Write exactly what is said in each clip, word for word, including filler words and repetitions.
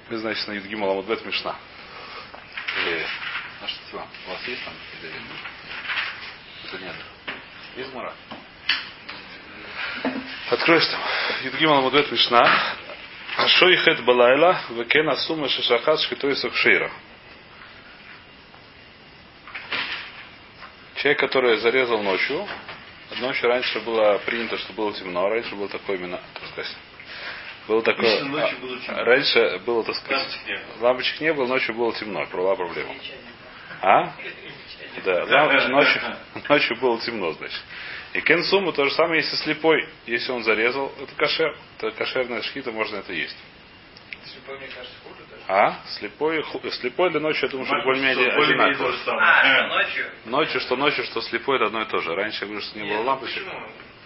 Мы, значит, на Юдгим Аламудбет Мишна. Или... А что тема? У вас есть там? Или... Это нет. Есть мара? Откроешь там. Юдгим Аламудбет Мишна. Ашойхет балайла векен асума шишахат шхитой сокшира. Человек, который зарезал ночью. Ночью раньше было принято, что было темно. Раньше было такое именно, так сказать. Было такое. А, было раньше было, так сказать. Лампочек не было. Лампочек не было, ночью было темно. Была проблема. А? Да, лампочек, ночью, ночью было темно, значит. И кен сумму то же самое, если слепой, если он зарезал, это кошер. Это кошерная шхита, можно это есть. Слепой, мне кажется, хуже даже. А? Слепой, слепой для ночи, я думаю, что более-менее одинаково. А, что ночью? Ночью, что ночью, что слепой, это одно и то же. Раньше я говорю, что не Нет, было лампочек. Почему?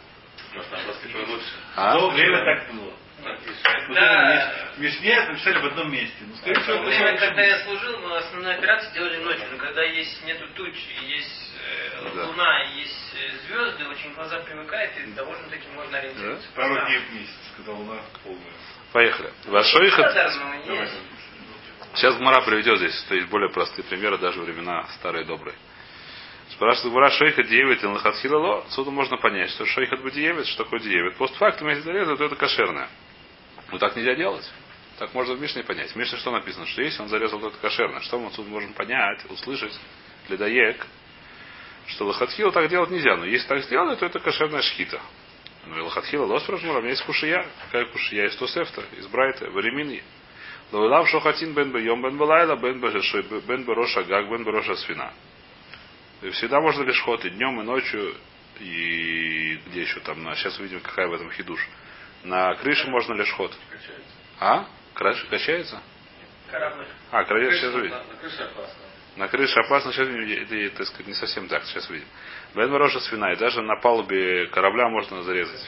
А? В то время так было. Да. В Мишне написали в одном месте. Ну, скорее всего, в время, когда я служил, мы основную операцию делали ночью. Но когда есть нету туч, есть э, да. луна, есть э, звезды, очень глаза привыкают, и довольно-таки можно ориентироваться. Да? Пару дней в месяц, когда луна полная. Поехали. Большой ход. Ну, Сейчас Гмара приведет здесь, то есть более простые примеры, даже времена старые добрые. Спрашивает Гмара Шойхат Диевит и Лахатхилало. Отсюда можно понять, что Шойхат Бадиевит, что такое Диевит. Постфактум, если зарезать, то это кошерное. Но так нельзя делать. Так можно в Мишне понять. В Мишне что написано? Что если он зарезал, то это кошерное. Что мы отсюда можем понять, услышать для даек, что Лахатхила так делать нельзя. Но если так сделали, то это кошерная шхита. Ну и Лахатхила лос спрашивает, у меня есть кушия. Какая кушия? Из Тосефта, из Брайта, Варемини. Лоилав шохатин бен бейом бен балайла бен бен бероша гаг бен бероша свина. И всегда можно лишь ход и днем, и ночью, и где еще там, на, сейчас увидим, какая в этом хидуш. На крыше можно лишь ход. А? Крыша качается? Корабль. А, крыша сейчас увидим. На крыше опасно. На крыше опасно, сейчас это, так сказать, не совсем так, сейчас увидим. Бен бероша свина, и даже на палубе корабля можно зарезать.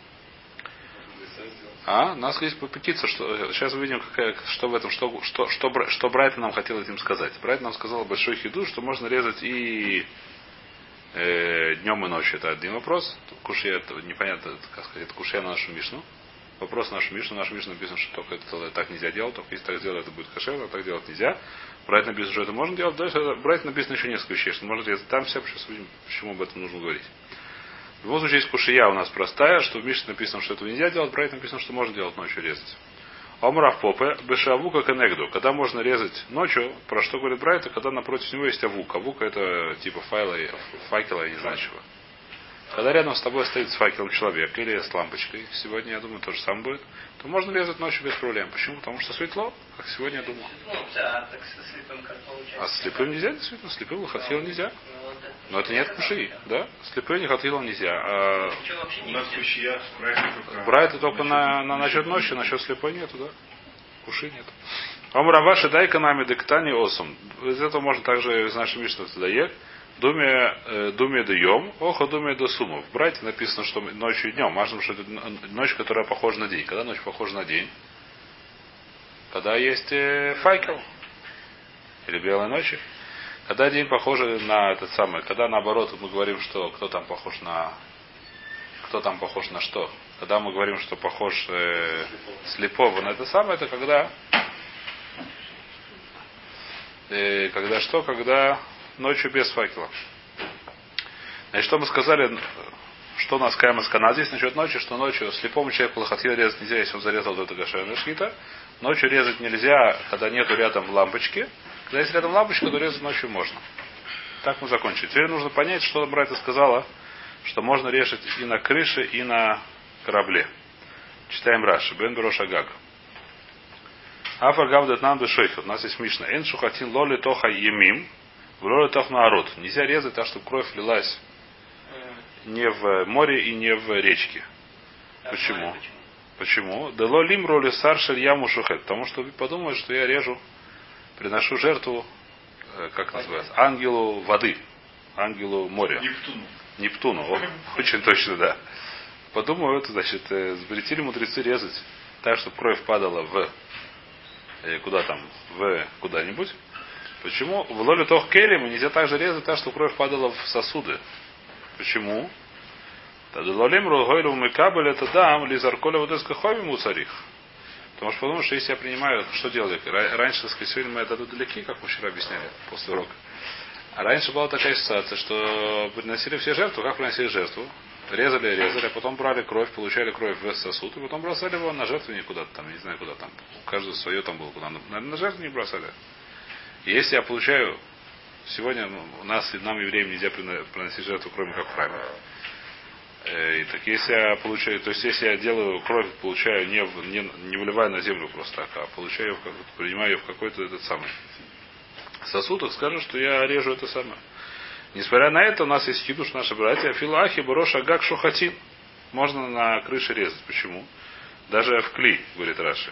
А? У нас есть птица, что сейчас увидим, какая, что в этом, что, что, что, что Брайт нам хотел этим сказать. Брайт нам сказал большой хиду, что можно резать и э, днем и ночью. Это один вопрос. Кушья, это непонятно, как сказать, это кушья на нашу Мишну. Вопрос на нашу Мишну. Нашу Мишну написано, что только это так нельзя делать, только если так сделать, это будет кошерно, а так делать нельзя. Брайт написано, что это можно делать. Дальше Брайт написано еще несколько вещей, что можно резать там все, сейчас увидим, почему об этом нужно говорить. В любом случае, есть кушия у нас простая, что в Мишне написано, что этого нельзя делать, в Брайт написано, что можно делать ночью резать. Омрав попе, бешавука конегду. Когда можно резать ночью, про что говорит Брайт, когда напротив него есть авук. Авука это типа файла, факела, я не знаю чего. Когда рядом с тобой стоит с факелом человек или с лампочкой, сегодня, я думаю, то же самое будет, то можно резать ночью без проблем. Почему? Потому что светло, как сегодня я думал. А так со слепым как получается? А с слепым нельзя, действительно, слепым лохатхилом нельзя. Но это нет куши, да? Слепым лохатхилом нельзя. А... У нас кушия, Брайт это только на, на насчет ночи, насчет слепой нету, да? Куши нет. Омраваши дайка нами дектани осом. Из этого можно также из нашей Мишны туда ехать. Думе, думе дьем, охо думе до сумов. В Брайте написано, что ночью и днем. Важно, что это ночь, которая похожа на день. Когда ночь похожа на день? Когда есть факел. Или белые ночи. Когда день похож на этот самый. Когда наоборот мы говорим, что кто там похож на... Кто там похож на что? Когда мы говорим, что похож э, слепого на это самое, это когда... Э, когда что? Когда... Ночью без факела. Значит, что мы сказали, что у нас Кайма сказал здесь насчет ночи, что ночью слепому человеку лохатхил резать нельзя, если он зарезал, то это кошерная шхита. Ночью резать нельзя, когда нету рядом лампочки. Когда есть рядом лампочка, то резать ночью можно. Так мы закончили. Теперь нужно понять, что Брайта сказала, что можно резать и на крыше, и на корабле. Читаем Раши. Бен Броша Гаг. Афар Гавдет нам душойхот. У нас есть Мишна. Эн шухатин лоли тоха емим. В роли тахнаарот. Нельзя резать так, чтобы кровь лилась не в море и не в речке. Да, почему? почему? Почему? Дело лим роли саршель яму шухет. Потому что подумают, что я режу, приношу жертву, как называется, ангелу воды, ангелу моря. Нептуну. Нептуну. О, очень точно, да. Подумают, значит, запретили мудрецы резать так, чтобы кровь падала в куда там, в куда-нибудь. Почему? В лоле тох келем нельзя также резать так, чтобы кровь падала в сосуды. Почему? Тогда лолем рогойлу мекабель это дам лизарколя водоска ховим у царих. Ты можешь подумать, что если я принимаю, что делали? Раньше, так сказать, сегодня мы это далеки, как мы вчера объясняли после урока. А раньше была такая ситуация, что приносили все жертву, как приносили жертву? Резали, резали, а потом брали кровь, получали кровь в сосуд, и потом бросали его на жертвенник куда-то там, не знаю куда там. У каждого свое там было, куда. Наверное, на жертвенник бросали. И если я получаю, сегодня у нас, нам, евреям, нельзя приносить жертву, кроме как в храме. И так если я получаю, то есть если я делаю кровь, получаю не, не, не выливая на землю просто так, а получаю ее, принимаю ее в какой-то этот самый сосуд, так скажу, что я режу это самое. Несмотря на это, у нас есть хидуш, наши братья, филахи, броша, гак, шухатин. Можно на крыше резать. Почему? Даже в кли, говорит Раши.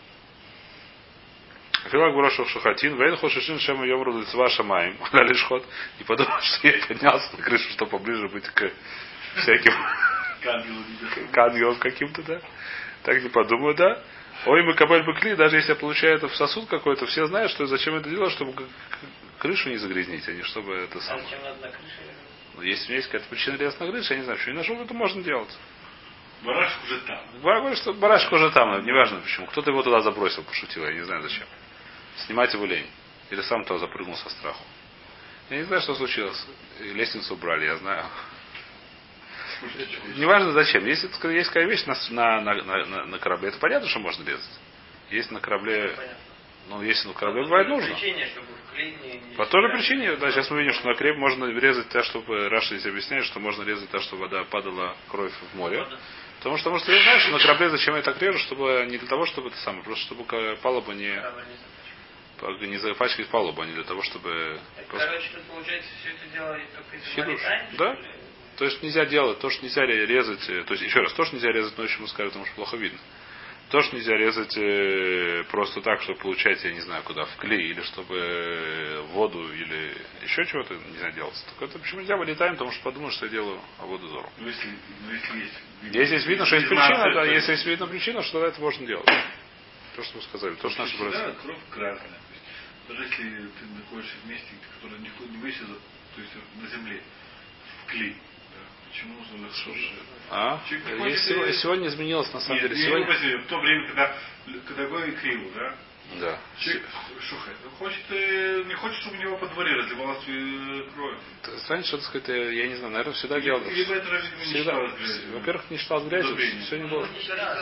Филах броша шухатин, вейн хошишин шема йомру лицва шамаем. Лишхот. И подумал, что я поднялся на крышу, чтобы поближе быть к всяким ангелам каким-то, да. Так не подумаю, да. Ой, мы кабель быкли, даже если я получаю это в сосуд какой-то, все знают, что зачем это делать, чтобы крышу не загрязнить, а не чтобы это самое. А зачем надо на крыше? Ну, если у меня есть какая-то причина резать на крыше, я не знаю, что я нашел, это можно делать. Барашек уже там. Говорит, что барашек уже там, неважно почему. Кто-то его туда забросил, пошутил, я не знаю зачем. Снимать его лень. Или сам туда запрыгнул со страху. Я не знаю, что случилось. Лестницу убрали, я знаю. Неважно зачем. Если есть какая вещь на, на, на, на, на корабле, это понятно, что можно резать. Есть на корабле. Ну, если на корабле бывает нужно. Причине, чтобы не, не по той же причине, да, сейчас мы видим, что на креп можно резать так, чтобы Раша здесь объясняет, что можно резать так, чтобы вода падала кровь в море. Потому что, потому что я знаю, что на корабле зачем я так режу, чтобы не для того, чтобы это самое, просто чтобы палуба не, не запачкать палубу, а не для того, чтобы. Так, просто... короче, тут получается все это дело только из Хидуш. Да? То есть нельзя делать, то, что нельзя резать, то есть еще раз, то, что нельзя резать ночью, мы скажем, потому что плохо видно. То, что нельзя резать э, просто так, чтобы получать, я не знаю, куда, в клей, или чтобы э, воду, или еще чего-то нельзя делать. Так это почему нельзя вылетаем, потому что подумают, что я делаю воду зору. Ну, если, ну, если есть видно, если есть видно, что есть информация, причина, да, то если есть видно причина, что тогда это можно делать. То, что мы сказали, то, что наши братья. Да, кровь красная. То есть, даже если ты находишься в месте, которое не, не высится, то есть на земле, в клей. Почему нужно слушать? А? Если, сегодня изменилось на самом Нет, деле. Сегодня... Сегодня... В то время, когда, когда Гой криву, да? Да. Человек шухает. Хочет, не хочет, чтобы у него по дворе разливалась кровь. Раньше, что-то сказать, я не знаю, наверное, всегда делал. Либо это же не считалось грязью. Во-первых, не считалось грязью, все не было.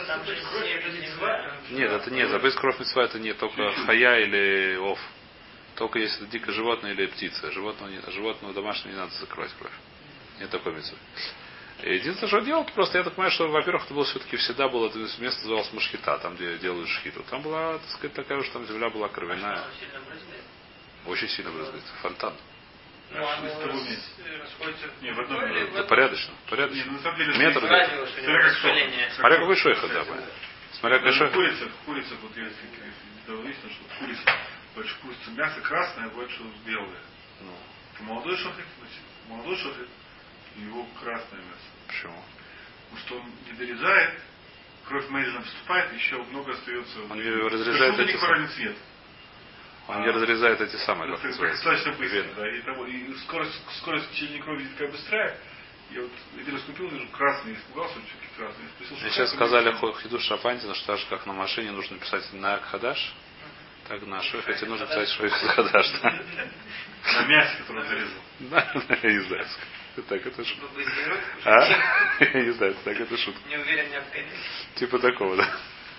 Нет, это нет, забыть кровь митцва, это не только хая или ов. Только если это дикое животное или птица. Животного, не, животного домашнего не надо закрывать кровь. Нет такой митцвы. Единственное, что делать, просто я так понимаю, что, во-первых, это было все-таки всегда было, это место называлось Машхита, там, где делают шхиту. Там была, так сказать, такая уж там земля была кровяная. Очень сильно брызгает. Фонтан. Ну, оно расходится не, в одном месте. Да, порядочно. Порядочно. Не, на самом деле, метр. Смотря какой шойха, да, понятно. Смотря какой шойха. Курица, курица, вот я выяснил, что курица, больше курица мясо красное, больше белое. Ну. Молодой шохет, молодой шохет, у него красное мясо. Почему? Потому что он не дорезает, кровь медленно вступает, еще много остается. Он не разрезает эти самые. Цвет. Он не разрезает эти самые, как называется. Достаточно быстро, да. И, того, и скорость, скорость течения крови такая быстрая. Я вот один раз купил, вижу, красный, испугался, все-таки красный. Спросил, мне сейчас сказали Хидуш Шапантина, что так же как на машине нужно писать на Хадаш, так на Шойхете нужно писать Шойхет Хадаш. На мясе, которое он зарезал. Да, я не знаю. Так, это шутка. А? Я не знаю, так это шутка. Не уверен, не обходить. Типа такого, да.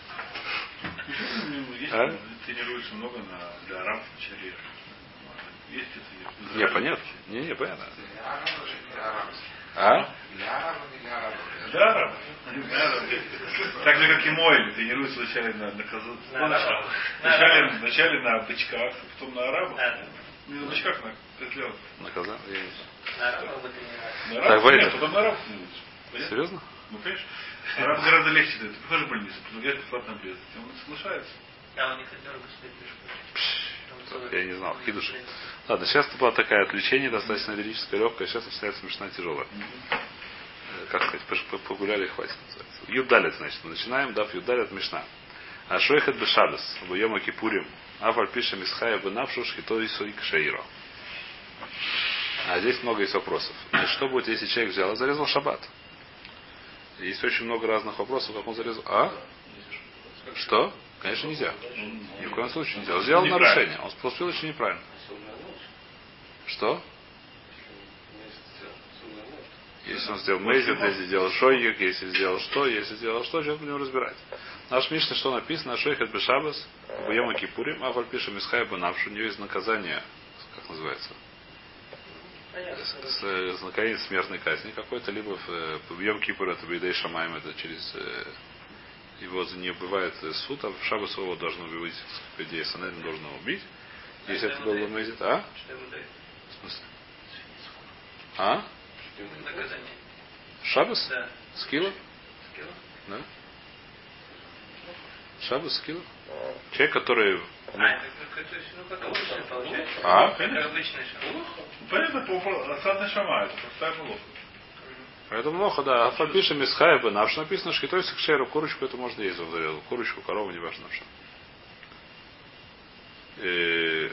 Есть, а? Тренируешься много на, для арабов вначале. Есть это? Не, понятно. Не, не, понятно. А? Для арабов или арабов? Для арабов. Так же, как и Моэль, тренируется вначале на, на козу. Вначале, вначале на бычках, потом на арабах. Не на бычках, на козлях. На козлах? На арабах бы тренируется. На арабах нет, потом на арабах тренируется. Серьезно? Ну, конечно. Араб гораздо легче дает. Ты приходишь в больницу, предлагаешь бесплатно обрезать. Он соглашается. Да, он не хотел бы Я не знал. Хидуш. Ладно, сейчас это была такая отвлечение, достаточно лирическое, легкое. Сейчас начинается смешная, тяжелая. Как сказать, погуляли, хватит. Юдалит, значит, мы начинаем, дав Юдалит Мишна. А шойхет бешадас, в Йома Кипурим, афаль пишем исхая бенавшу шхитой сой кшейро. А здесь много есть вопросов. Значит, что будет, если человек взял и зарезал шаббат? Есть очень много разных вопросов, как он зарезал. А? Что? Конечно, нельзя. Ни в коем случае нельзя. Он сделал нарушение. Он поступил очень неправильно. Что? Если он сделал мейзит, если сделал шойгик, если сделал что, если сделал что, сейчас будем разбирать. Наш Мишна, что написано, шойхет бешабас, бьема кипурим, а фаль пишем из хайба навшу, у него есть наказание, как называется, с, с, с наказанием смертной казни какой-то, либо в, в бьем кипур, это бейдей шамаем, это через его не убивает суд, а в шабас его должны убить, по идее, Санедрин должен его убить. Если это был мейзит, а? В смысле? А? Наказание. Шабас? Да. Скилла? Скилла? Да. Шабас, скилла. Человек, который... А, это, то есть, ну, как обычно получается. А? Как обычный шама. Понятно, по осадной шама, это простая малоха. Это плохо, да. Афальпиша мисхайба, навш написано, что то есть к шеру, курочку это можно есть в зарезу. Курочку, корову, не важно навша. И...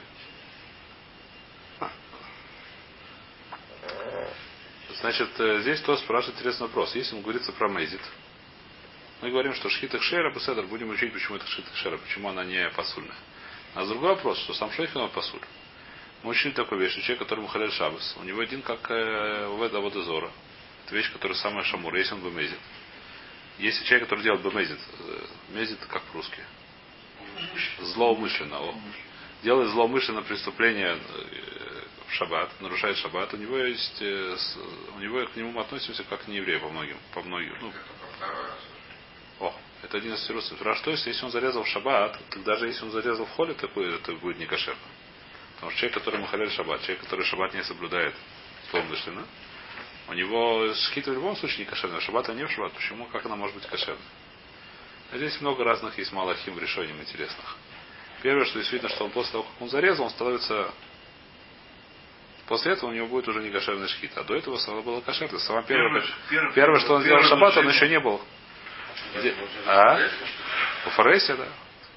Значит, здесь тоже спрашивает интересный вопрос. Если он говорится про мейзит, мы говорим, что шхита кшера, беседер, будем учить, почему это шхита кшера, почему она не пасульная. А другой вопрос, что сам шейх он пасуль. Мы учили такую вещь, что человек, которому халяль шабас, у него один как э, в это вот изора. Это вещь, которая самая шамура, если он бемезит. Если человек, который делает бемезит, э, мезит как по-русски. Злоумышленно. О, делает злоумышленно преступление э, в шаббат, нарушает шаббат, у него есть, э, с, у него к нему мы относимся как к нееврею по многим, по многим. Ну, о, это один из сирусов. А что если, если он зарезал в шаббат, то даже если он зарезал в холе, то это будет не кошерно. Потому что человек, который махаляль шаббат, человек, который шаббат не соблюдает злоумышленно, у него шхита в любом случае не кошерная. Шаббат, а не в шаббат. Почему? Как она может быть кошерной? А здесь много разных есть малахим решений интересных. Первое, что действительно, что он после того, как он зарезал, он становится... После этого у него будет уже не кошерный шхит. А до этого сама было кошерно. Сама первое, первое, первое, первое, что он сделал в шаббат, он еще не был. Где? А? У Фаресе, да.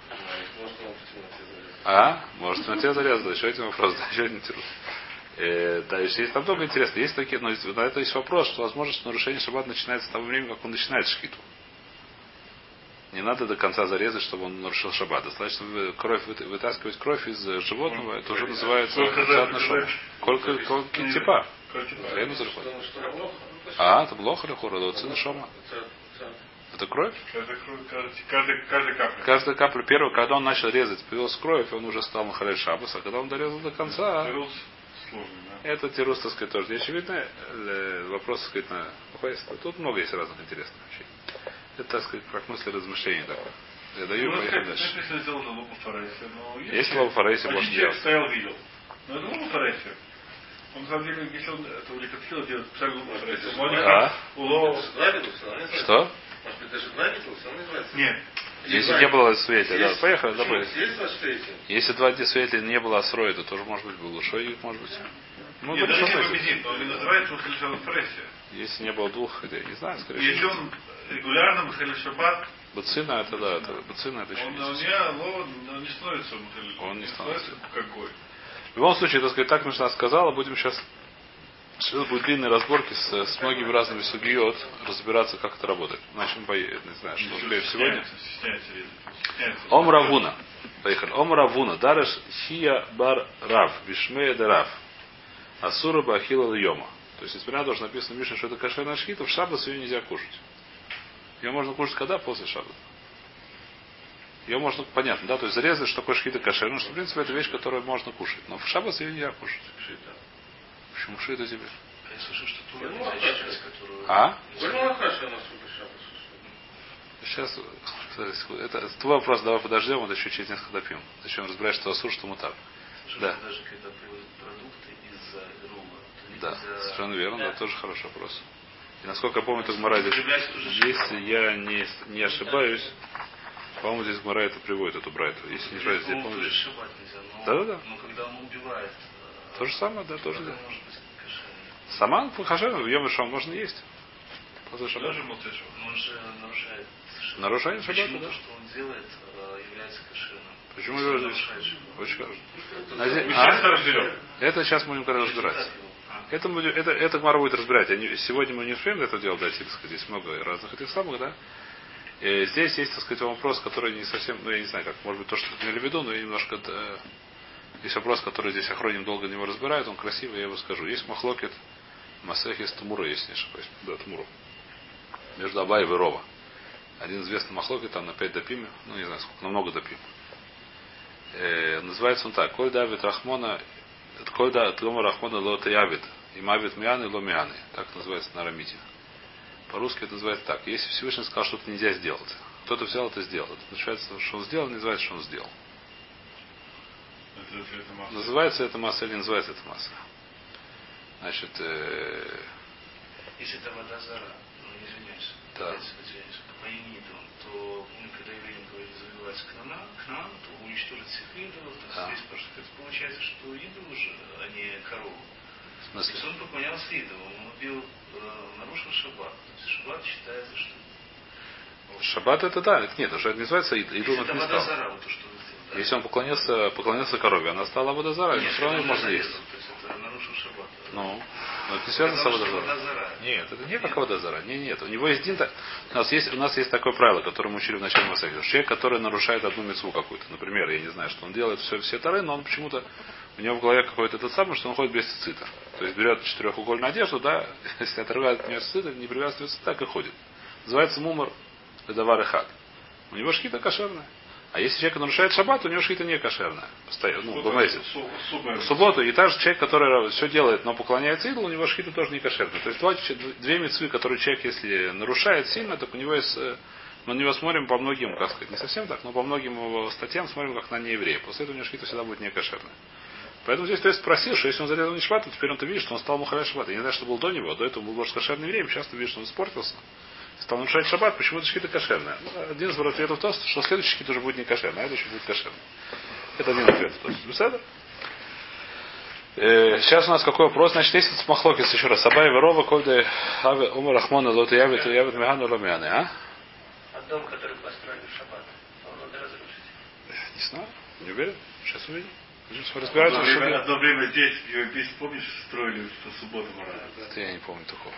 А? Может, на тебя зарезал. Еще один вопрос. Да, еще один тирус. Э, да, еще есть там много интересно. Есть такие, но на это есть вопрос, что возможно, что нарушение шаббата начинается с того времени, как он начинает шхиту. Не надо до конца зарезать, чтобы он нарушил шаббат. Достаточно кровь, вытаскивать кровь из животного, это уже называется шаббат. Сколько типа? А, это плохо ли хора? Цина шома. Это кровь? Каждая, каждая капля. Каждая капля первая, когда он начал резать, появилась кровь, он уже стал махаляль шаббас, а когда он дорезал до конца, Сложный, да? это тирус, так сказать, тоже. Очевидно, вопрос, так сказать, на тут много есть разных интересных вещей. Это, так сказать, как мысли размышления такое. Я даю, ну, поехали дальше. Если сделал лобу Фарейсе, но если лобу Фарейсе можно делать. Стоял, видел. Но это лобу Фарейсе. Он, на самом деле, если он это уликотхил, делает специально лобу Фарейсе. А? Что? Может быть, даже два виделся, он называется? Нет. Если не было свидетеля, да, поехали, давай. Есть два свидетеля? Если два свидетеля не было асроя, то тоже может быть был шой, может быть. Ну, нет, даже если победит, но он не называется Махаль Фарейсе. Если не было двух, хотя не знаю, скорее всего. Если он регулярно Махаль Шаббат, Бацина это да, это Бацина это еще он, не он, не, он не становится Махаль. Он не становится. Как гой. В любом случае, так сказать, так Мишна сказала, будем сейчас Сейчас будут длинные разборки с, с многими разными сугиот, разбираться, как это работает. Начнем по... Не знаю, что успеем сегодня. Ом Равуна. Поехали. Ом Равуна. Дареш хия бар рав. Вишмея де рав. Асура бахила льома. То есть, несмотря на то, что написано в Мишне, что это кошерная шхита, в шаббас ее нельзя кушать. Ее можно кушать когда? После шаббата. Ее можно, понятно, да? То есть, зарезать, что такое шхита кошерная, что, в принципе, это вещь, которую можно кушать. Но в шаббас ее нельзя кушать. Почему что это тебе? Я слышу, что Тура это часть, которую... А? Сейчас, это твой вопрос, давай подождем, вот еще через несколько допьем. Зачем разбирать, что асур, что мутар. Да. Даже когда приводят продукты из-за рула. Да, из-за... совершенно верно, да. Да, тоже хороший вопрос. И насколько я помню, это Гмара, если я не, не ошибаюсь, по-моему, здесь Гмара это приводит, эту брайту. Если не ошибаюсь, здесь, по-моему, здесь. Да-да-да. Но когда он убивает... То же самое, да, тоже да. Сама хашер, в Йом Шам можно есть. После шаббата. Даже муцешу. Он же нарушает. Нарушает шаббата, почему да? то, что он делает, является кошерным? Почему его здесь? Очень хорошо. А? Это сейчас мы будем когда разбираться. Это, это, это Гмара будет разбирать. Они, сегодня мы не успеем это делать, да, так сказать. Здесь много разных этих самых, да. И здесь есть, так сказать, вопрос, который не совсем, ну я не знаю как, может быть то, что ты имели в виду, но я немножко э, есть вопрос, который здесь охроним долго него разбирает, он красивый, я его скажу. Есть махлокет, масехис Тумура, если не ошибаюсь. Да, Тумуру. Между Абай и Рова. Один известный махлокет, там на пять допим, ну не знаю сколько, на много допим. Э, называется он так. Коль давит Рахмона, коль да Тлома Рахмона лота явит. И мавит мианы ло мианы. Так называется на арамите. По-русски это называется так. Если Всевышний сказал, что это нельзя сделать, кто-то взял это сделал. Это называется, что он сделал, не называется, что он сделал. Это, это масса. Называется это масса или не называется это масса? Значит, э... если это вода зара, ну извиняюсь, да. извиняюсь, по имидам, то мы, когда евреям говорили завоевать к нам, то уничтожить всех идолов, то да. здесь это получается, что идол уже, а не корову. В смысле? То есть он поклонялся идолу, он убил, э, нарушил шаббат. То есть шаббат считается, что... Шаббат это да, это нет, уже это не называется идол, идол это не вода стал. зара, вот то, что вы сделали, да? Если он поклонился, поклонился корове, она стала водозара, но все равно можно есть. То есть это нарушил шаббат. Ну, но это не связано с водозарой. Нет, это не как водозара. Нет, нет. У него есть дин. У нас есть, у нас есть такое правило, которое мы учили в начале Масехи. Человек, который нарушает одну мицву какую-то. Например, я не знаю, что он делает все, все тары, но он почему-то у него в голове какой-то этот самый, что он ходит без цицита. То есть берет четырехугольную одежду, да, если отрывает от нее цицита, не привязывается, так и ходит. Называется мумар ледавар и хат. У него шхита кошерная. А если человек нарушает шаббат, у него шхита не кошерная. Постоянно. Ну, думаете, в субботу. И также человек, который все делает, но поклоняется идолу, у него шхита тоже не кошерная. То есть два, две мицвы, которые человек, если нарушает сильно, так у него есть. Мы на него смотрим по многим, как сказать, не совсем так, но по многим его статьям смотрим как на нееврея. После этого у него шхита всегда будет не кошерная. Поэтому здесь то есть спросил, что если он зарезал не шаббат, то теперь он-то видит, что он стал мухаля шаббат. Я не знаю, что было до него, до этого был может кошерный еврей, сейчас ты видишь, что он испортился. Стал нарушать шаббат, почему это шхита кошерная? Один из ответов то, что следующий шхит уже будет не кошерный, а это еще будет кошерный. Это один ответ. Беседа? Э, сейчас у нас какой вопрос? Значит, есть махлокис еще раз. Абай Верова, Кольда Умар Рахмона, Лота Явит, Явит Мегану Ломяны, а? А дом, который построили в шаббат, он надо разрушить. Не знаю, не уверен. Сейчас увидим. Одно время, одно время здесь, весь, помнишь, строили по субботам. Это я не помню такого.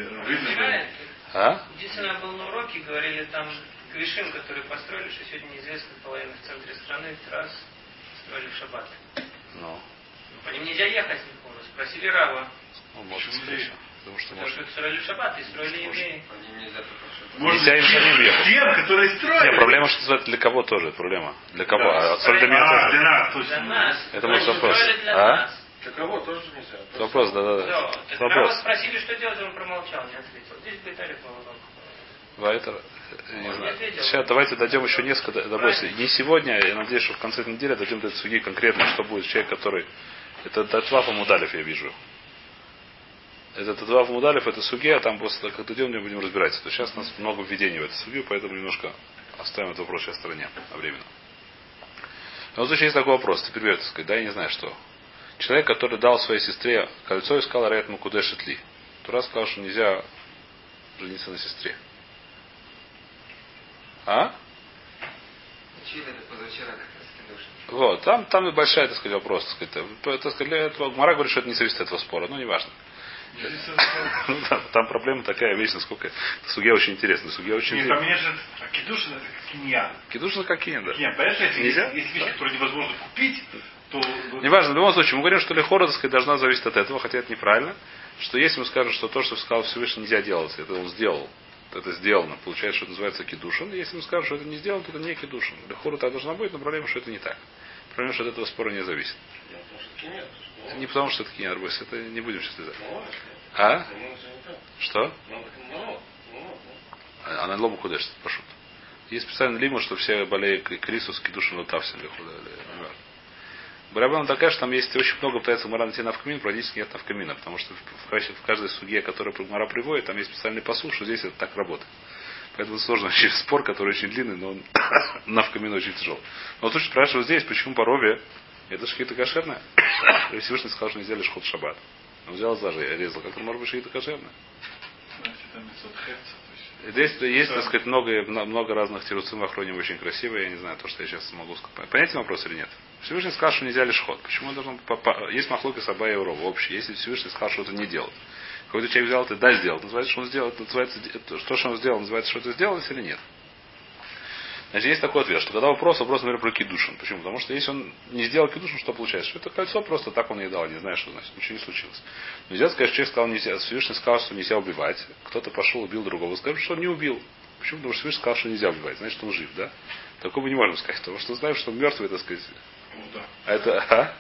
А? Единственное, был на уроке, говорили там Гришим, которые построили, что сегодня неизвестно половина в центре страны, раз строили в шаббат. Ну. По ним нельзя ехать никуда. Спросили Рава. Ну, может, скорее. Потому что Потому что строили в шаббат и строили евреи. Нельзя им самим ехать. Тем, которые строили. Нет, проблема, что это для кого тоже, это проблема. Для кого? Да. А соль для меня а, тоже. Для нас, точно. Для нас. Это может вопрос. Для а? нас. Для кого тоже нельзя. Это вопрос, да, да, да. Да. Так Рава спросили, что делать, он промолчал, не ответил. Здесь Бейтарик помогал. Вайтер, не знаю. Сейчас давайте дойдем еще несколько добавить. Не сегодня, я надеюсь, что в конце недели дойдем до судьи конкретно, что будет человек, который. Это Татвафа Мудалев, я вижу. Это Татвафа Мудалев, это суге, а там после как дойдем, мы будем разбираться. То сейчас у нас много введений в эту судью, поэтому немножко оставим этот вопрос сейчас в стороне, а временно. Но вот есть такой вопрос, теперь верно сказать, да, я не знаю что. Человек, который дал своей сестре кольцо и сказал Раят Макудеш Этли. Тура сказал, что нельзя жениться на сестре. А? Учили это позавчера как раз кидуш. Вот, там, там и большая, так сказать, вопрос. Так сказать, так сказать, Гмара говорит, что это не зависит от этого спора, но не важно. Ну, да, там проблема такая вещь, насколько судья очень интересная. Судья очень Нет, там же кидушин это как киньян. Кидушин как киньян, да. Киньян, понимаешь, если Нельзя? есть вещи, которые невозможно купить, то... Неважно, в любом случае, мы говорим, что лихора, так сказать, должна зависеть от этого, хотя это неправильно. Что если мы скажем, что то, что сказал Всевышний, нельзя делать, это он сделал, это сделано, получается, что это называется кидушин. Если мы скажем, что это не сделано, то это не кидушин. Лихора так должна быть, но проблема, что это не так. Проблема, что от этого спора не зависит. Не потому, что это киньян, Арбойс, это не будем сейчас лезать. А? Что? А на лому куда что пошут. Есть специальный лимон, что все болеют крисус, кидушин, лутавсин, лихуда. Барабан такая, что там есть очень много пытается Гмара найти навкамин, практически нет навкамина, потому что в, в каждой судье, которую Гмара приводит, там есть специальный посыл, что здесь это так работает. Поэтому сложно очень спор, который очень длинный, но он навкамин очень тяжелый. Но вот тут спрашивают здесь, почему по рове это шхита кошерная? Всевышний сказал, что нельзя лишь ход шаббат. Он взял зажи, резал, как он может быть шхита кошерная? Здесь есть, так сказать, много, много разных тируцим в охроне очень красивые. Я не знаю, то, что я сейчас могу сказать. Понятен вопрос или нет? Всевышний сказал, что нельзя лишь ход. Почему он должен... Есть махлоки Саба и Урова общий. Если Всевышний сказал, что это не делать. Какой-то человек взял это, да, сделал. Называется, что он сделал. Называется, то, что он сделал, называется, что это сделалось или нет? Значит, есть такой ответ, что когда вопрос, вопрос, например, про кидушин. Почему? Потому что если он не сделал кидушин, что получается? Что это кольцо просто так он и дал, не знаю, что значит, ничего не случилось. Нельзя сказать, что человек сказал, нельзя, Всевышний сказал, что нельзя убивать. Кто-то пошел, убил другого, скажет, что он не убил. Почему? Потому что Всевышний сказал, что нельзя убивать. Значит, он жив, да? Такого мы не можем сказать, потому что знаем, что он мертвый, так сказать. Ну, да. А это, а?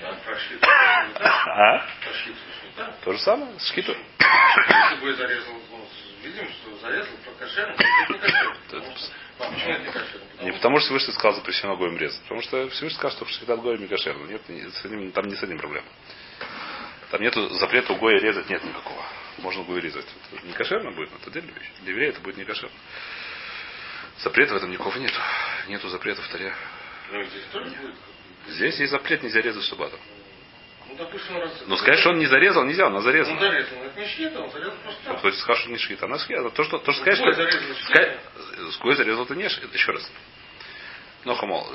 А? То же самое, с шхиту. Если бы зарезал, видим, что зарезал по кошерному, это не кошерно. А почему это не кошерно? Не потому что Всевышний сказал запрещено гоем резать. Потому что Всевышний сказал, что шхитат гоем не кошерно. Нет, с ним, там не с этим проблема. Там нету запрета у гоя резать, нет никакого. Можно гой резать. Это не кошерно будет, но это отдельная вещь. Для еврея это будет не кошерно. Запрета в этом никакого нету. Нету запрета в Торе. Ну, здесь тоже будет. Здесь есть запрет, нельзя резать шаббатом. Ну, допустим, раз... Но сказать, что он не зарезал, нельзя, он зарезал. Он зарезал, это не шхита, он зарезал просто так. Кто-то сказал, что не шхита, она шхита. То, что, то, что сказать, Гой что... зарезал, Сказать, гой зарезал, это не шхита. Еще раз. Но хамол.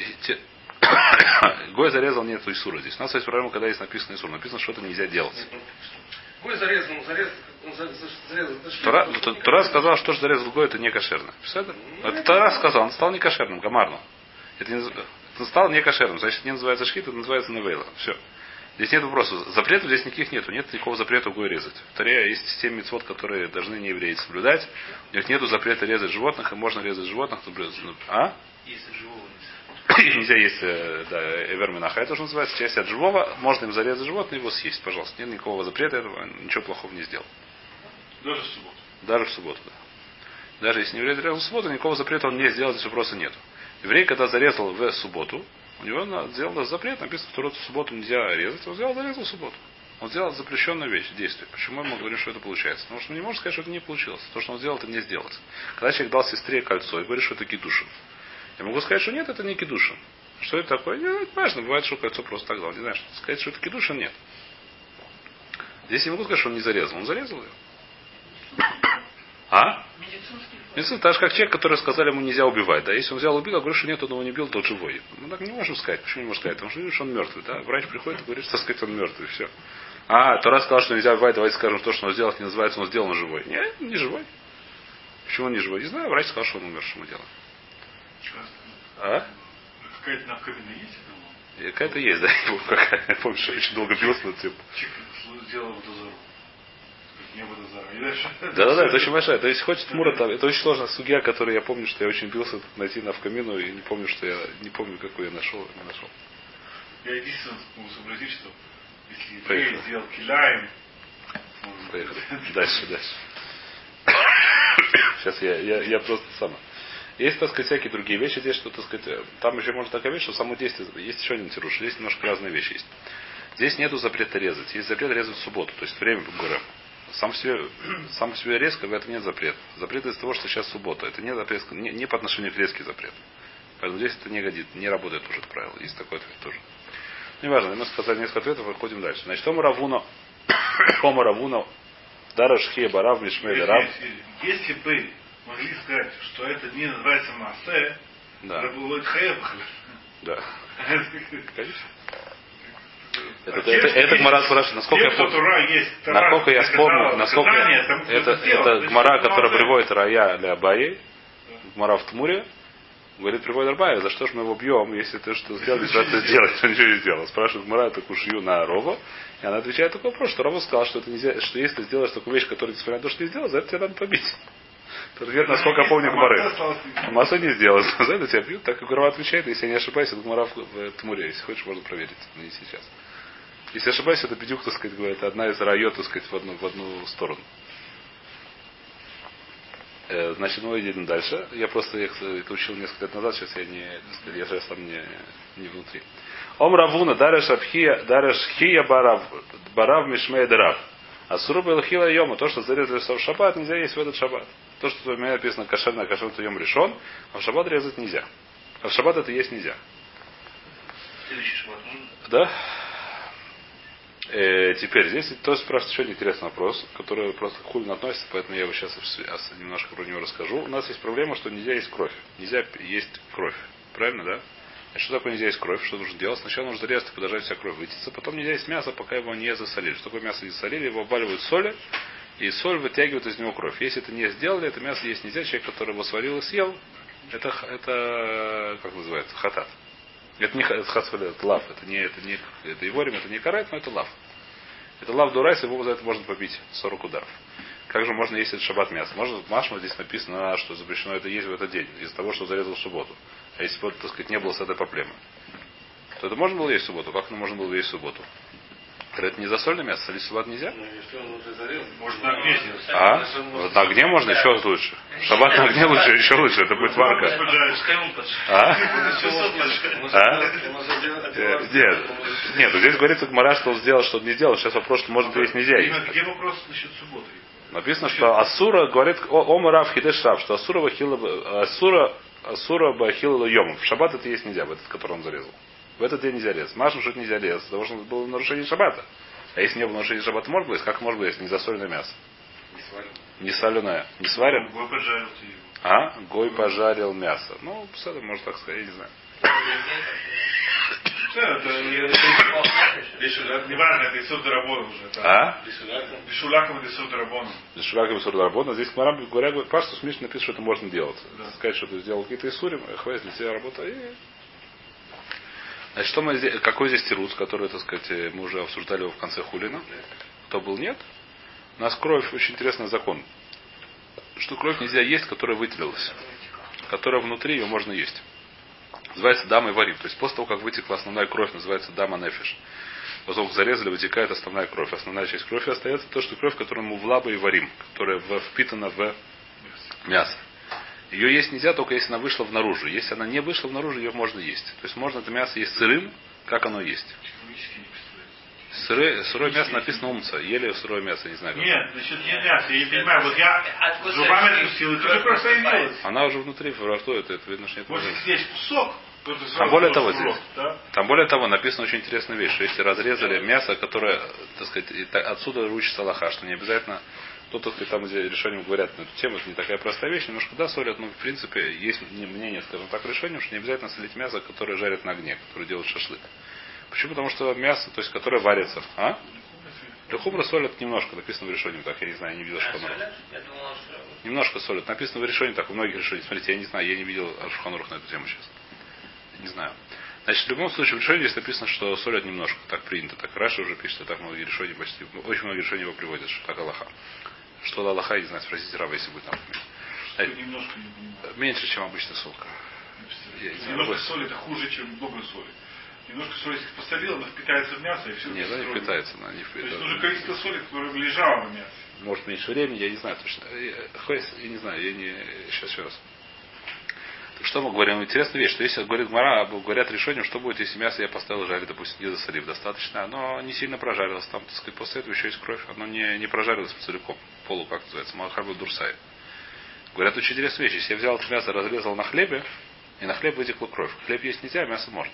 Гой зарезал, нету исура здесь. У нас есть проблема, когда есть написано исур. Написано, что это нельзя делать. Гой зарезал, он зарезал, он зарезал. Тора, Тора сказал, что же зарезал гой, это не кошерно. Это Тора сказал, он стал не кошерным, гамарну. Это не, это стал не кошерным. Значит, не называется шхит, это называется навейла. Все. Здесь нет вопросов. Запретов здесь никаких нету. Нет никакого запрета гой резать. В Торе есть семь мицвот, которые должны не евреи соблюдать. У них нету запрета резать животных, и можно резать животных. А? Если живого Нельзя есть, да, эверминаха, это уже называется, часть от живого, можно им зарезать животное и его съесть, пожалуйста. Нет никакого запрета этого, ничего плохого не сделал. Даже в субботу. Даже в субботу, да. Даже если не еврей зарезал в субботу, никакого запрета он не сделал, здесь вопроса нету. Еврей, когда зарезал в субботу, у него сделал запрет, написано, что в субботу нельзя резать, он сделал, зарезал в субботу. Он сделал запрещенную вещь, действие. Почему мы говорим, что это получается? Потому что он не может сказать, что это не получилось. То, что он сделал, это не сделать. Когда человек дал сестре кольцо и говорит, что это кидушин. Я могу сказать, что нет, это не кидушин. Что это такое? Нет, важно, бывает, что кольцо просто так дал. Не знаю, что сказать, что это кидушин, нет. Здесь я могу сказать, что он не зарезал. Он зарезал ее. А? Медицинский. Так же, как человек, который сказали ему нельзя убивать. Да, если он взял убил, а говорит, что нет, он его не бил, тот живой. Мы так не можем сказать. Почему не можем сказать? Потому что видишь, он мертвый. Да? Врач приходит и говорит, что сказать, он мертвый. Все. А, Тора сказал, что нельзя убивать, давайте скажем, то, что он сделал, не называется, он сделал, он живой. Нет, не живой. Почему он не живой? Не знаю, врач сказал, что он умер, что мы делаем. А? Какая-то навкамина есть? Какая-то есть, да. Я помню, что очень долго бился над тем. Сделал в дозору. Не в дозору. Да-да-да, это очень большая. То есть хочет Мура, там, это очень сложная судья, которую я помню, что я очень бился найти навкамину, и не помню, что я не помню, какую я нашел, не нашел. Я единственное могу сообразить, что если еврей сделал киляем. Поехали. Дальше, дальше. Сейчас я, я, я просто сама. Есть, так сказать, всякие другие вещи. Здесь, что, так сказать, там еще можно такая вещь, что само действие, есть еще один тируш, здесь немножко разные вещи есть. Здесь нету запрета резать. Есть запрет резать в субботу, то есть время горы. Сам по себе, сам по себе резко, в этом нет запрета. Запрет из того, что сейчас суббота. Это не запрет, не, не по отношению к резкий запрет. Поэтому здесь это не годит, не работает уже это правило. Есть такой ответ тоже. Неважно, мы сказали несколько ответов, выходим дальше. Значит, Ома Равуна, Ома Равуна, Дара Шхия Барав, Мишмей Рав. Если бы могли сказать, что это не называется Маасе, да. Это было Хаебах. Да. Конечно. Это, это, это, это Гмара спрашивает, насколько тем, я помню, насколько я вспомню, насколько это, это, это Гмара, которая приводит Рая для Абаи, Гмара в Тмуре, говорит, приводит Арбая, за что ж мы его бьем, если ты что сделал, не это сделать, он ничего не сделал. Спрашивает Гмара эту кушью на Рову, и она отвечает такой вопрос, что Рову сказал, что это нельзя, что если ты сделаешь такую вещь, которую несмотря на то, что ты сделал, за это тебя надо побить. Это ответ, насколько я помню, Гмары. Масса не сделал, за это тебя бьют, так как Гмара отвечает, если я не ошибаюсь, это Гмара в Тмуре, если хочешь, можно проверить, но не сейчас. Если ошибаюсь, это бедюк, так сказать, говорит, одна из райот, так сказать, в одну, в одну сторону. Э, значит, мы идем дальше. Я просто их это учил несколько лет назад, сейчас я не, сказать, я сейчас там не, не внутри. Ом Равуна, Дареш Абхия, Дареш Хия Барав, Барав Мишмей Дарав. А Суруба Хила Йома, то, что зарезали в шаббат, нельзя есть в этот шаббат. То, что у меня написано кошерно, кошерно Йом решен, а в шаббат резать нельзя. А в шаббат это есть нельзя. Следующий шаббат. Да? Э, теперь здесь тоже спрашивает еще один интересный вопрос, который просто к хулину относится, поэтому я его сейчас немножко про него расскажу. У нас есть проблема, что нельзя есть кровь. Нельзя есть кровь. Правильно, да? А что такое нельзя есть кровь? Что нужно делать? Сначала нужно зарезать и подождать вся кровь вытечься. Потом нельзя есть мясо, пока его не засолили. Что такое мясо не засолили? Его обваливают соли, и соль вытягивает из него кровь. Если это не сделали, это мясо есть нельзя. Человек, который его сварил и съел, Это, это как называется? Хатат. Это не хатат, это лав. Это не, это не, это его время, это не карет, но это лав. Это лав дурайс, его за это можно побить сорок ударов. Как же можно есть этот шаббат мясо? Можно, в Машма здесь написано, что запрещено это есть в этот день, из-за того, что зарезал в субботу. А если бы, так сказать, не было с этой проблемы, то это можно было есть в субботу? Как это можно было есть в субботу? Это не засольное мясо, солить в шаббат нельзя? Может на огне. А? Вот на огне можно еще лучше. Шаббат на огне лучше, еще лучше. Это будет варка. А? А? Нет. Нет, здесь говорится Гмара, что он сделал, что он не сделал. Сейчас вопрос, что может есть нельзя есть. Где вопрос насчет субботы? Написано, что Асура говорит, Ома Рав Хидеш Рав, что Асура Бахила Асура Асура Бахила Йомов. В шаббат это есть нельзя, в этот, который он зарезал. В этот день нельзя резать. Машем, что это нельзя резать, потому что было нарушение шаббата. А если не было нарушения шаббата, может быть, как может быть, если не засоленное мясо? Не соленое. Не сварен? Гой пожарил его. А? Гой пожарил мясо. Ну, с этим можно так сказать, я не знаю. Неважно, это Исур Дарабон уже. А? Бешулаком это Исур Дарабон. Бешулаком Исур Дарабон. Здесь Марам говоря, говорит, Паштус Миш написано, что это можно делать. Сказать, что ты сделал какие-то Исурим, хватит для тебя работа. И... Значит, что мы здесь, какой здесь тирус, который, так сказать, мы уже обсуждали его в конце Хулина. Кто был, нет. У нас кровь, очень интересный закон. Что кровь нельзя есть, которая выделилась. Которая внутри, ее можно есть. Называется дама и варим. То есть после того, как вытекла основная кровь, называется дама нефиш. После того, как зарезали, вытекает основная кровь. Основная часть крови остается то, что кровь, которая мы в лаба и варим, которая впитана в мясо. Ее есть нельзя, только если она вышла в наружу. Если она не вышла в наружу, ее можно есть. То есть можно это мясо есть сырым, как оно есть. Сырое, сырое мясо написано умца. Ели сырое мясо, не знаю. Как. Нет, значит не мясо. Я не понимаю, вот я зубами откусил, и тоже просто появилась. Она уже внутри, в рту, это, это видно, что нет. Может съесть кусок. Там более того, здесь, да? Там более того, написана очень интересная вещь, что если разрезали мясо, которое, так сказать, отсюда учится Аллаха, что не обязательно, то, так сказать, там где решением говорят на эту тему, это не такая простая вещь, немножко да, солят, но в принципе есть мнение, скажем так, решением, что не обязательно солить мясо, которое жарят на огне, которое делают шашлык. Почему? Потому что мясо, то есть которое варится, а? Лехумра солят немножко, написано в решении, так, я не знаю, я не видел шуханурух. Немножко солят, написано в решении, так, у многих решений, смотрите, я не знаю, я не видел шуханурух на эту тему сейчас. Не знаю. Значит, в любом случае в решении здесь написано, что солят немножко. Так принято. Так Раша уже пишет, что так многие решения почти, очень многие решения его приводят, что так Аллаха. Что Аллаха, я не знаю, спросите Рава, если будет там. Немножко меньше, чем обычная солка. Немножко соли это хуже, чем много соли. Немножко соли посолила, она впитается в мясо и все. Нет, она не впитается, она не То впитается. есть нужно количество соли, которое лежало в мясе. Может меньше времени, я не знаю точно. Я не знаю, я не. Сейчас еще раз. Что мы говорим? Интересная вещь, что если говорит Гмара, говорят решением, что будет, если мясо я поставил жарить, допустим, не засолив достаточно, оно не сильно прожарилось, там, так сказать, после этого еще есть кровь, оно не, не прожарилось целиком, полу, как называется, Махарбу Дурсай. Говорят, очень интересная вещь, если я взял это мясо, разрезал на хлебе, и на хлеб вытекла кровь. Хлеб есть нельзя, а мясо можно.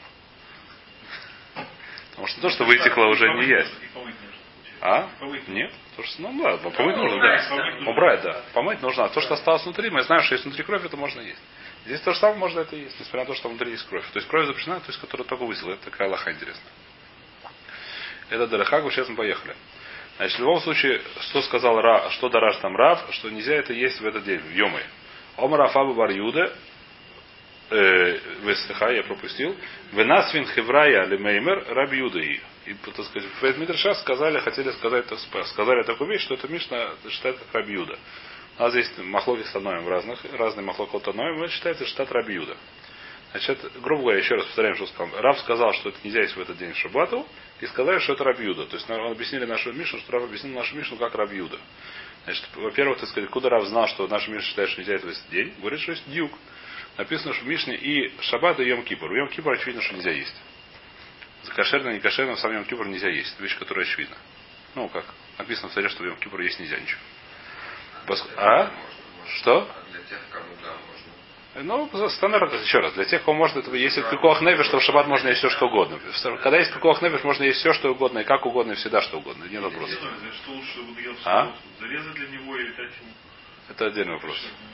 Потому что то, что вытекло, уже не есть. А? Нет? То, что, ну ладно, помыть нужно, да. Убрать, да. Помыть нужно. А то, что осталось внутри, мы знаем, что есть внутри кровь, это можно есть. Здесь то же самое можно это есть, несмотря на то, что внутри есть кровь. То есть кровь запрещена, то есть которая только высела. Это такая лоха интересная. Это Дарахагу, сейчас мы поехали. Значит, в любом случае, что сказал Ра, что Дараш там Рав, что нельзя это есть в этот день, в Йомы. Омар Афабу Бар Юде, Вестеха, я пропустил. Венасвин Хеврая Лемеймер Раб Юдеи. И, так сказать, в Мидрша сказали, хотели сказать, сказали такую вещь, что это Мишна считает как Раб Юда. У нас здесь махлоки становим в разных, разные махлокот становим, это считается штат Раб Юда. Значит, грубо говоря, еще раз повторяем, что сказал. Рав сказал, что это нельзя есть в этот день в шаббату, и сказали, что это Раб Юда. То есть он объяснили нашу Мишну, что Рав объяснил нашу Мишну как Раб Юда. Значит, во-первых, так сказать, куда Рав знал, что наша Мишна считает, что нельзя это в этот день, говорит, что есть дюк. Написано, что в Мишне и шаббат, и Йом-Кипур. В Йом-Кипур очевидно, что нельзя есть. За кошерно, не кошерно, в сам Йом-Кипур нельзя есть. Это вещь, которая очевидна. Ну, как? Написано в царе, что в Йом-Кипур есть нельзя ничего. Поск... А? Что? Для тех, кому да, можно. Ну, стандарт, еще раз. Для тех, кому можно, это, если в пикуах нефиш, то в шаббат можно есть все, что угодно. Когда есть пикуах нефиш, можно есть все, что угодно, и как угодно, и всегда что угодно. Нет вопросов. Что лучше выдает а? Зарезать для него или дать ему? Это отдельный вопрос.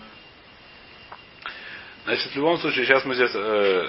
Значит, в любом случае, сейчас мы здесь... Э...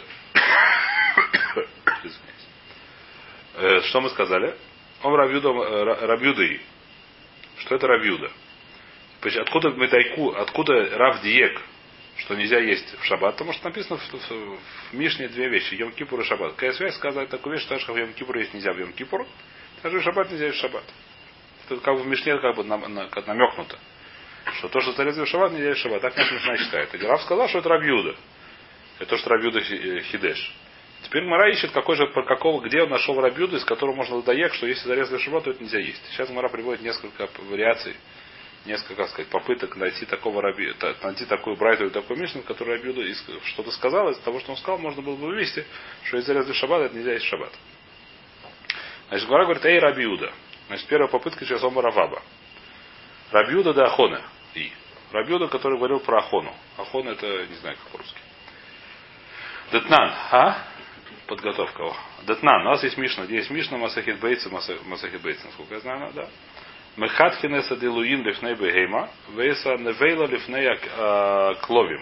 э, что мы сказали? Он Рабьюда, что это Рабьюда. Откуда мы тайку, откуда Рав Диек что нельзя есть в шаббат, потому что написано в, в, в Мишне две вещи. Йом-Кипур и шаббат. Какая связь сказать такую вещь, что в Йом-Кипур есть нельзя в Йом-Кипур, даже в шаббат нельзя есть в шаббат. Это как бы в Мишне как бы нам, на, как намекнуто. Что то, что зарезали в шаббат, нельзя есть в шаббат. Так наша Мишна считает. И Рав сказал, что это Рав Юда. Это то, что Рав Юда Хидеш. Теперь Мара ищет, какой же, про какого, где он нашел Рав Юду, из которого можно доехать, что если зарезали в шаббат, то это нельзя есть. Сейчас Мара приводит несколько вариаций, несколько, как сказать, попыток найти такого раби, найти такую брайту или такую мишну, который Рав Юда что-то сказал, из того, что он сказал, можно было бы вывести, что если зарезали в шаббат, это нельзя есть в шаббат. Значит, Мара говорит, эй, Рав Юда. Значит, первая попытка сейчас Ома Раваба. Рав Юда да Ахона. И. Рав Юда, который говорил про Ахону. Ахона это, не знаю, как по-русски. Детнан, а? Подготовка. Детнан. У нас есть Мишна. Где есть Мишна, Масахит Бейтса, Масахит Бейтса, насколько я знаю, да? Мехаткинеса делуин лифней бегейма, вейса невейла лифней кловим.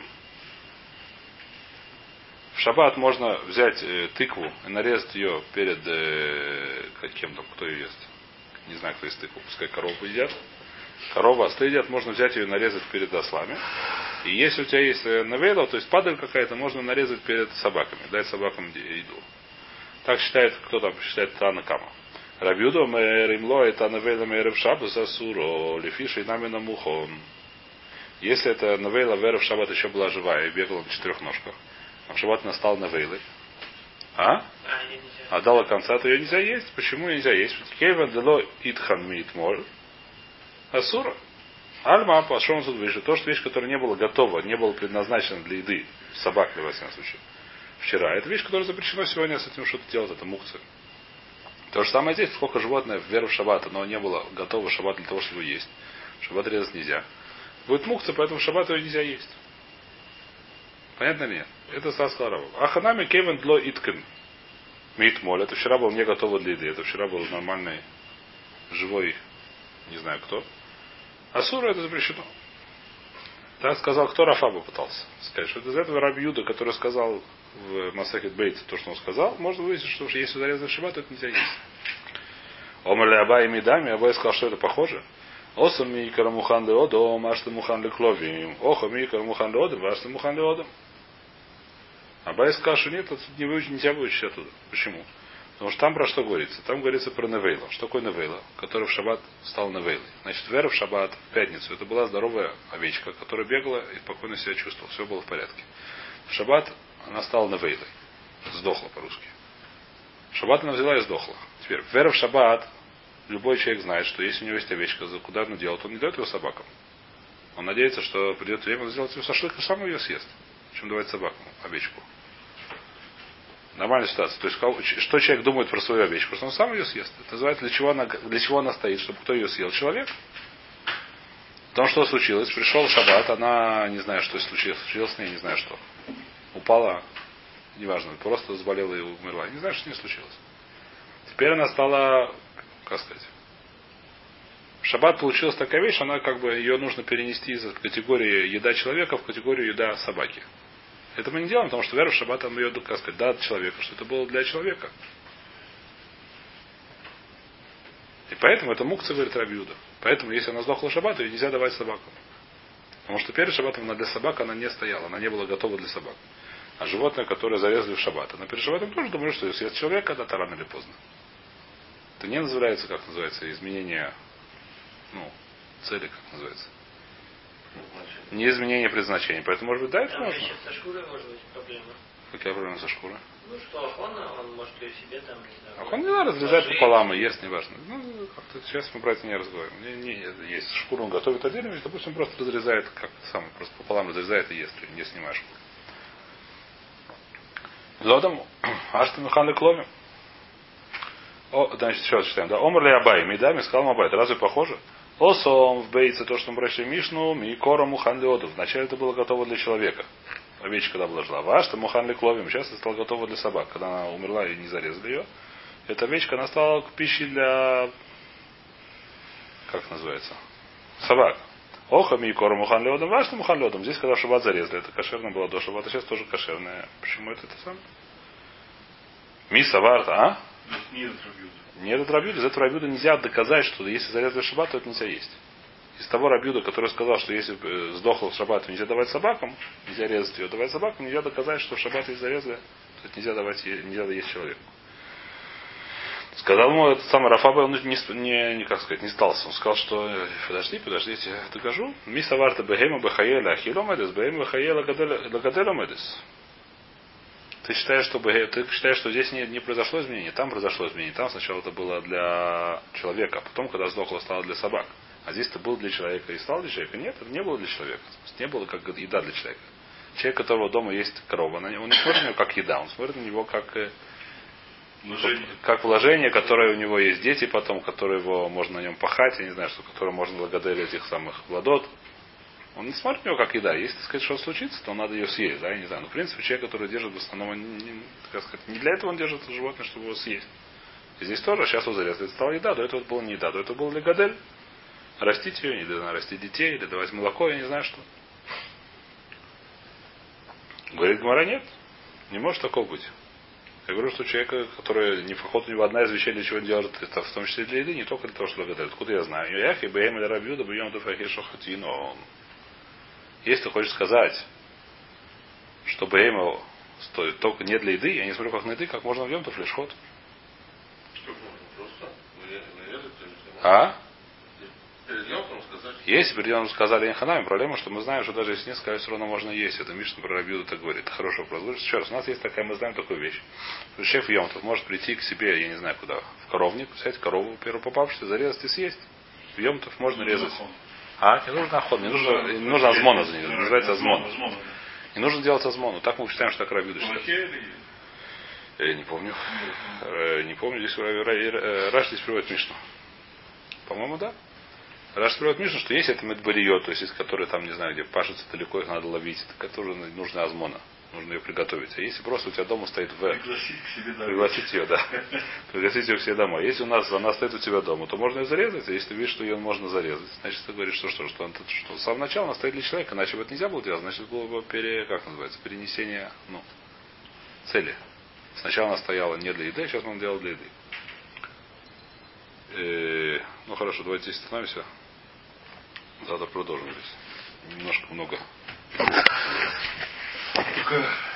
В шаббат можно взять э, тыкву и нарезать ее перед э, кем-то, кто ее ест. Не знаю, кто ест тыкву, пускай корову едят. Корова, ослы едят, можно взять ее и нарезать перед ослами. И если у тебя есть навейла, то есть падаль какая-то, можно нарезать перед собаками, дать собакам еду. Так считает, кто там считает Тана Кама. Рабиудо мэримло это навейла мэрев шаббат засуро, лифиши намина мухон. Если это навейла вера в шаббат еще была живая и бегала на четырех ножках, а в шаббат настал навейлой, а? А дала конца, то ее нельзя есть. Почему нельзя есть? Кейвен дело итхан митмоль. Асура. Альма, пошел он тут выше. То, что вещь, которая не была готова, не была предназначена для еды, собак, в всяком случае, вчера, это вещь, которая запрещена сегодня с этим что-то делать, это мукция. То же самое здесь, сколько животное в веру в шаббат, но не было готово в шаббат для того, чтобы есть. Шаббат резать нельзя. Будет мукция, поэтому в шаббат ее нельзя есть. Понятно ли нет? Это сказал Рав. Аханами кевен дло иткен. Митмоль. Это вчера было не готово для еды. Это вчера был нормальный, живой, не знаю кто. Асура это запрещено. Так сказал, кто Рафаба пытался сказать, что это из этого Рав Юда, который сказал в Масахет Бейте то, что он сказал, можно вывести, что если зарезали в шаббат, то это нельзя есть. Омали Абай Мидами, Абай сказал, что это похоже. Осам Микар Мухан Леодом, Ашта Мухан Лекловим, Оха Микар Мухан Леодом, Ашта Мухан Леодом. Абай сказал, что нет, не выучить, нельзя выучить оттуда. Почему? Потому что там про что говорится? Там говорится про Невейла. Что такое Невейла? Который в шаббат стал Невейлой. Значит, вера в шаббат, в пятницу, это была здоровая овечка, которая бегала и спокойно себя чувствовала. Все было в порядке. В шаббат она стала Невейлой. Сдохла по-русски. В шаббат она взяла и сдохла. Теперь, вера в шаббат, любой человек знает, что если у него есть овечка, куда она делает, он не дает ее собакам. Он надеется, что придет время, он сделает ее шашлык и сам ее съест. Чем давать собакам овечку. Нормальная ситуация. То есть, что человек думает про свою овечку? Просто он сам ее съест. Это называется, для чего она, для чего она стоит, чтобы кто ее съел? Человек. Потому что случилось? Пришел шаббат, она, не знаю, что случилось, случилось с ней, не знаю что. Упала, неважно, просто заболела и умерла. Не знаю, что с ней случилось. Теперь она стала, как сказать, в шаббат получилась такая вещь, она как бы, ее нужно перенести из категории еда человека в категорию еда собаки. Это мы не делаем, потому что вера в шаббат, там ее, как сказать, да, от человека, что это было для человека. И поэтому это мукция, говорит Рав Юда. Поэтому, если она сдохла в шаббат, ее нельзя давать собакам. Потому что перед шаббатом она для собак она не стояла, она не была готова для собак. А животное, которое зарезали в шаббат, она перед шаббатом тоже думает, что если это человек, когда-то рано или поздно. Это не называется, как называется, изменение, ну, цели, как называется. Не изменение предназначения. Поэтому, может быть, да, это там можно. Еще со шкурой может быть проблема. Какая проблема со шкурой? Ну что, Ахона, он может ее себе там, не знаю. Ахон не надо, разрезает пополам и ест, неважно. Ну, как-то сейчас мы про это не разговариваем. Не, не, есть шкуру он готовит отдельно, допустим, просто разрезает, как сам, просто пополам разрезает и ест, не снимая шкуру. Лодом, Ашта Мухан Лекловим. О, значит, еще раз читаем, да. Омр ли Абай, Мидами, сказал Абай, это разве похоже? Осом в бейце, то, что мы прочли Мишну, Микора Мухан Леодов. Вначале это было готово для человека. Овечка, когда была жила. Вашта Мухан Лекловим. Сейчас это стало готово для собак. Когда она умерла и не зарезали ее. Эта овечка, она стала пищей для... Как называется? Собак. Оха Микора Мухан Леодом. Вашта Мухан Леодом. Здесь, когда в шаббат зарезали, это кошерно было до шаббата. Сейчас тоже кошерное. Почему это это самое? Миса Варта, а? Не этот Рав Юда. Не этот Рав Юда. Из этого Рав Юда нельзя доказать, что если зарезали в шаббат, то это нельзя есть. Из того Рабиуда, который сказал, что если сдохла в шаббат, нельзя давать собакам, нельзя резать ее, давать собакам, нельзя доказать, что в шаббат есть зарезали, то есть нельзя давать, нельзя есть человеку. Сказал ему этот самый Рафаба, он не, не, не, как сказать, не стался. Он сказал, что подожди, подожди, я тебе докажу. Миса варта бехема бехаела ахиломедес, бехема бехаела лагаделомедес. Ты считаешь, что ты считаешь, что здесь не, не произошло изменение? Там произошло изменение. Там сначала это было для человека, а потом, когда сдохло, стало для собак. А здесь это было для человека и стало для человека. Нет, это не было для человека. Не было как еда для человека. Человек, у которого дома есть корова, он не смотрит на него как еда, он смотрит на него как вложение. Как вложение, которое у него есть дети потом, которые его можно на нем пахать, я не знаю, что, которое можно благодарить этих самых владот. Он не смотрит на него как еда. Если, так сказать, что случится, то надо ее съесть, да, я не знаю. Но, в принципе, человек, который держит в основном, не, как сказать, не для этого он держит животное, чтобы его съесть. И здесь тоже, сейчас вот зарезали, это стала еда, до этого это было не еда, до этого было для гадель. Растить ее, или растить детей, или давать молоко, я не знаю что. Говорит Гмара, нет, не может такого быть. Я говорю, что человек, который не вход у него одна из вещей, для чего он делает, это в том числе для еды, не только для того, что благодарит. Откуда я знаю? Яхи, бэм, или рабьюда, бьем, дуфахи, шохатино. Если ты хочешь сказать, что бэм стоит только не для еды, я не смотрю, как на еды, как можно в йом-тоф лишхот. А? Если перед Йомом сказали Инханами, проблема, что мы знаем, что даже если не сказали, все равно можно есть. Это Мишна про Рабиуду так говорит. Это хороший вопрос. Говорит, еще раз, у нас есть такая, мы знаем такую вещь. Что шеф Йомтов может прийти к себе, я не знаю куда, в коровник, взять корову, первую попавшуюся, зарезать и съесть. В Йомтов можно резать. А? Не нужно охот, не нужно, не нужно азмона за нее. Называется азмон. Не нужно делать азмону. Так мы считаем, что так Рабиуда считает. Я не помню. Не помню, здесь Раш здесь приводит Мишну. По-моему, да. Раш приводит Мишну, что есть это медбариот, то есть из которой там, не знаю, где пашется далеко, их надо ловить, это тоже нужна азмона. Нужно ее приготовить. А если просто у тебя дома стоит в... Пригласить к себе домой. Пригласить ее, да. Пригласить ее к себе домой. Если у нас она стоит у тебя дома, то можно ее зарезать. А если ты видишь, что ее можно зарезать, значит ты говоришь, что что, что, что, что с самого начала она стоит для человека, иначе бы это нельзя было делать, значит было бы пере, как называется, перенесение, ну, цели. Сначала она стояла не для еды, а сейчас мы делаем для еды. Э, ну хорошо, давайте здесь остановимся. Завтра продолжим здесь. Немножко много.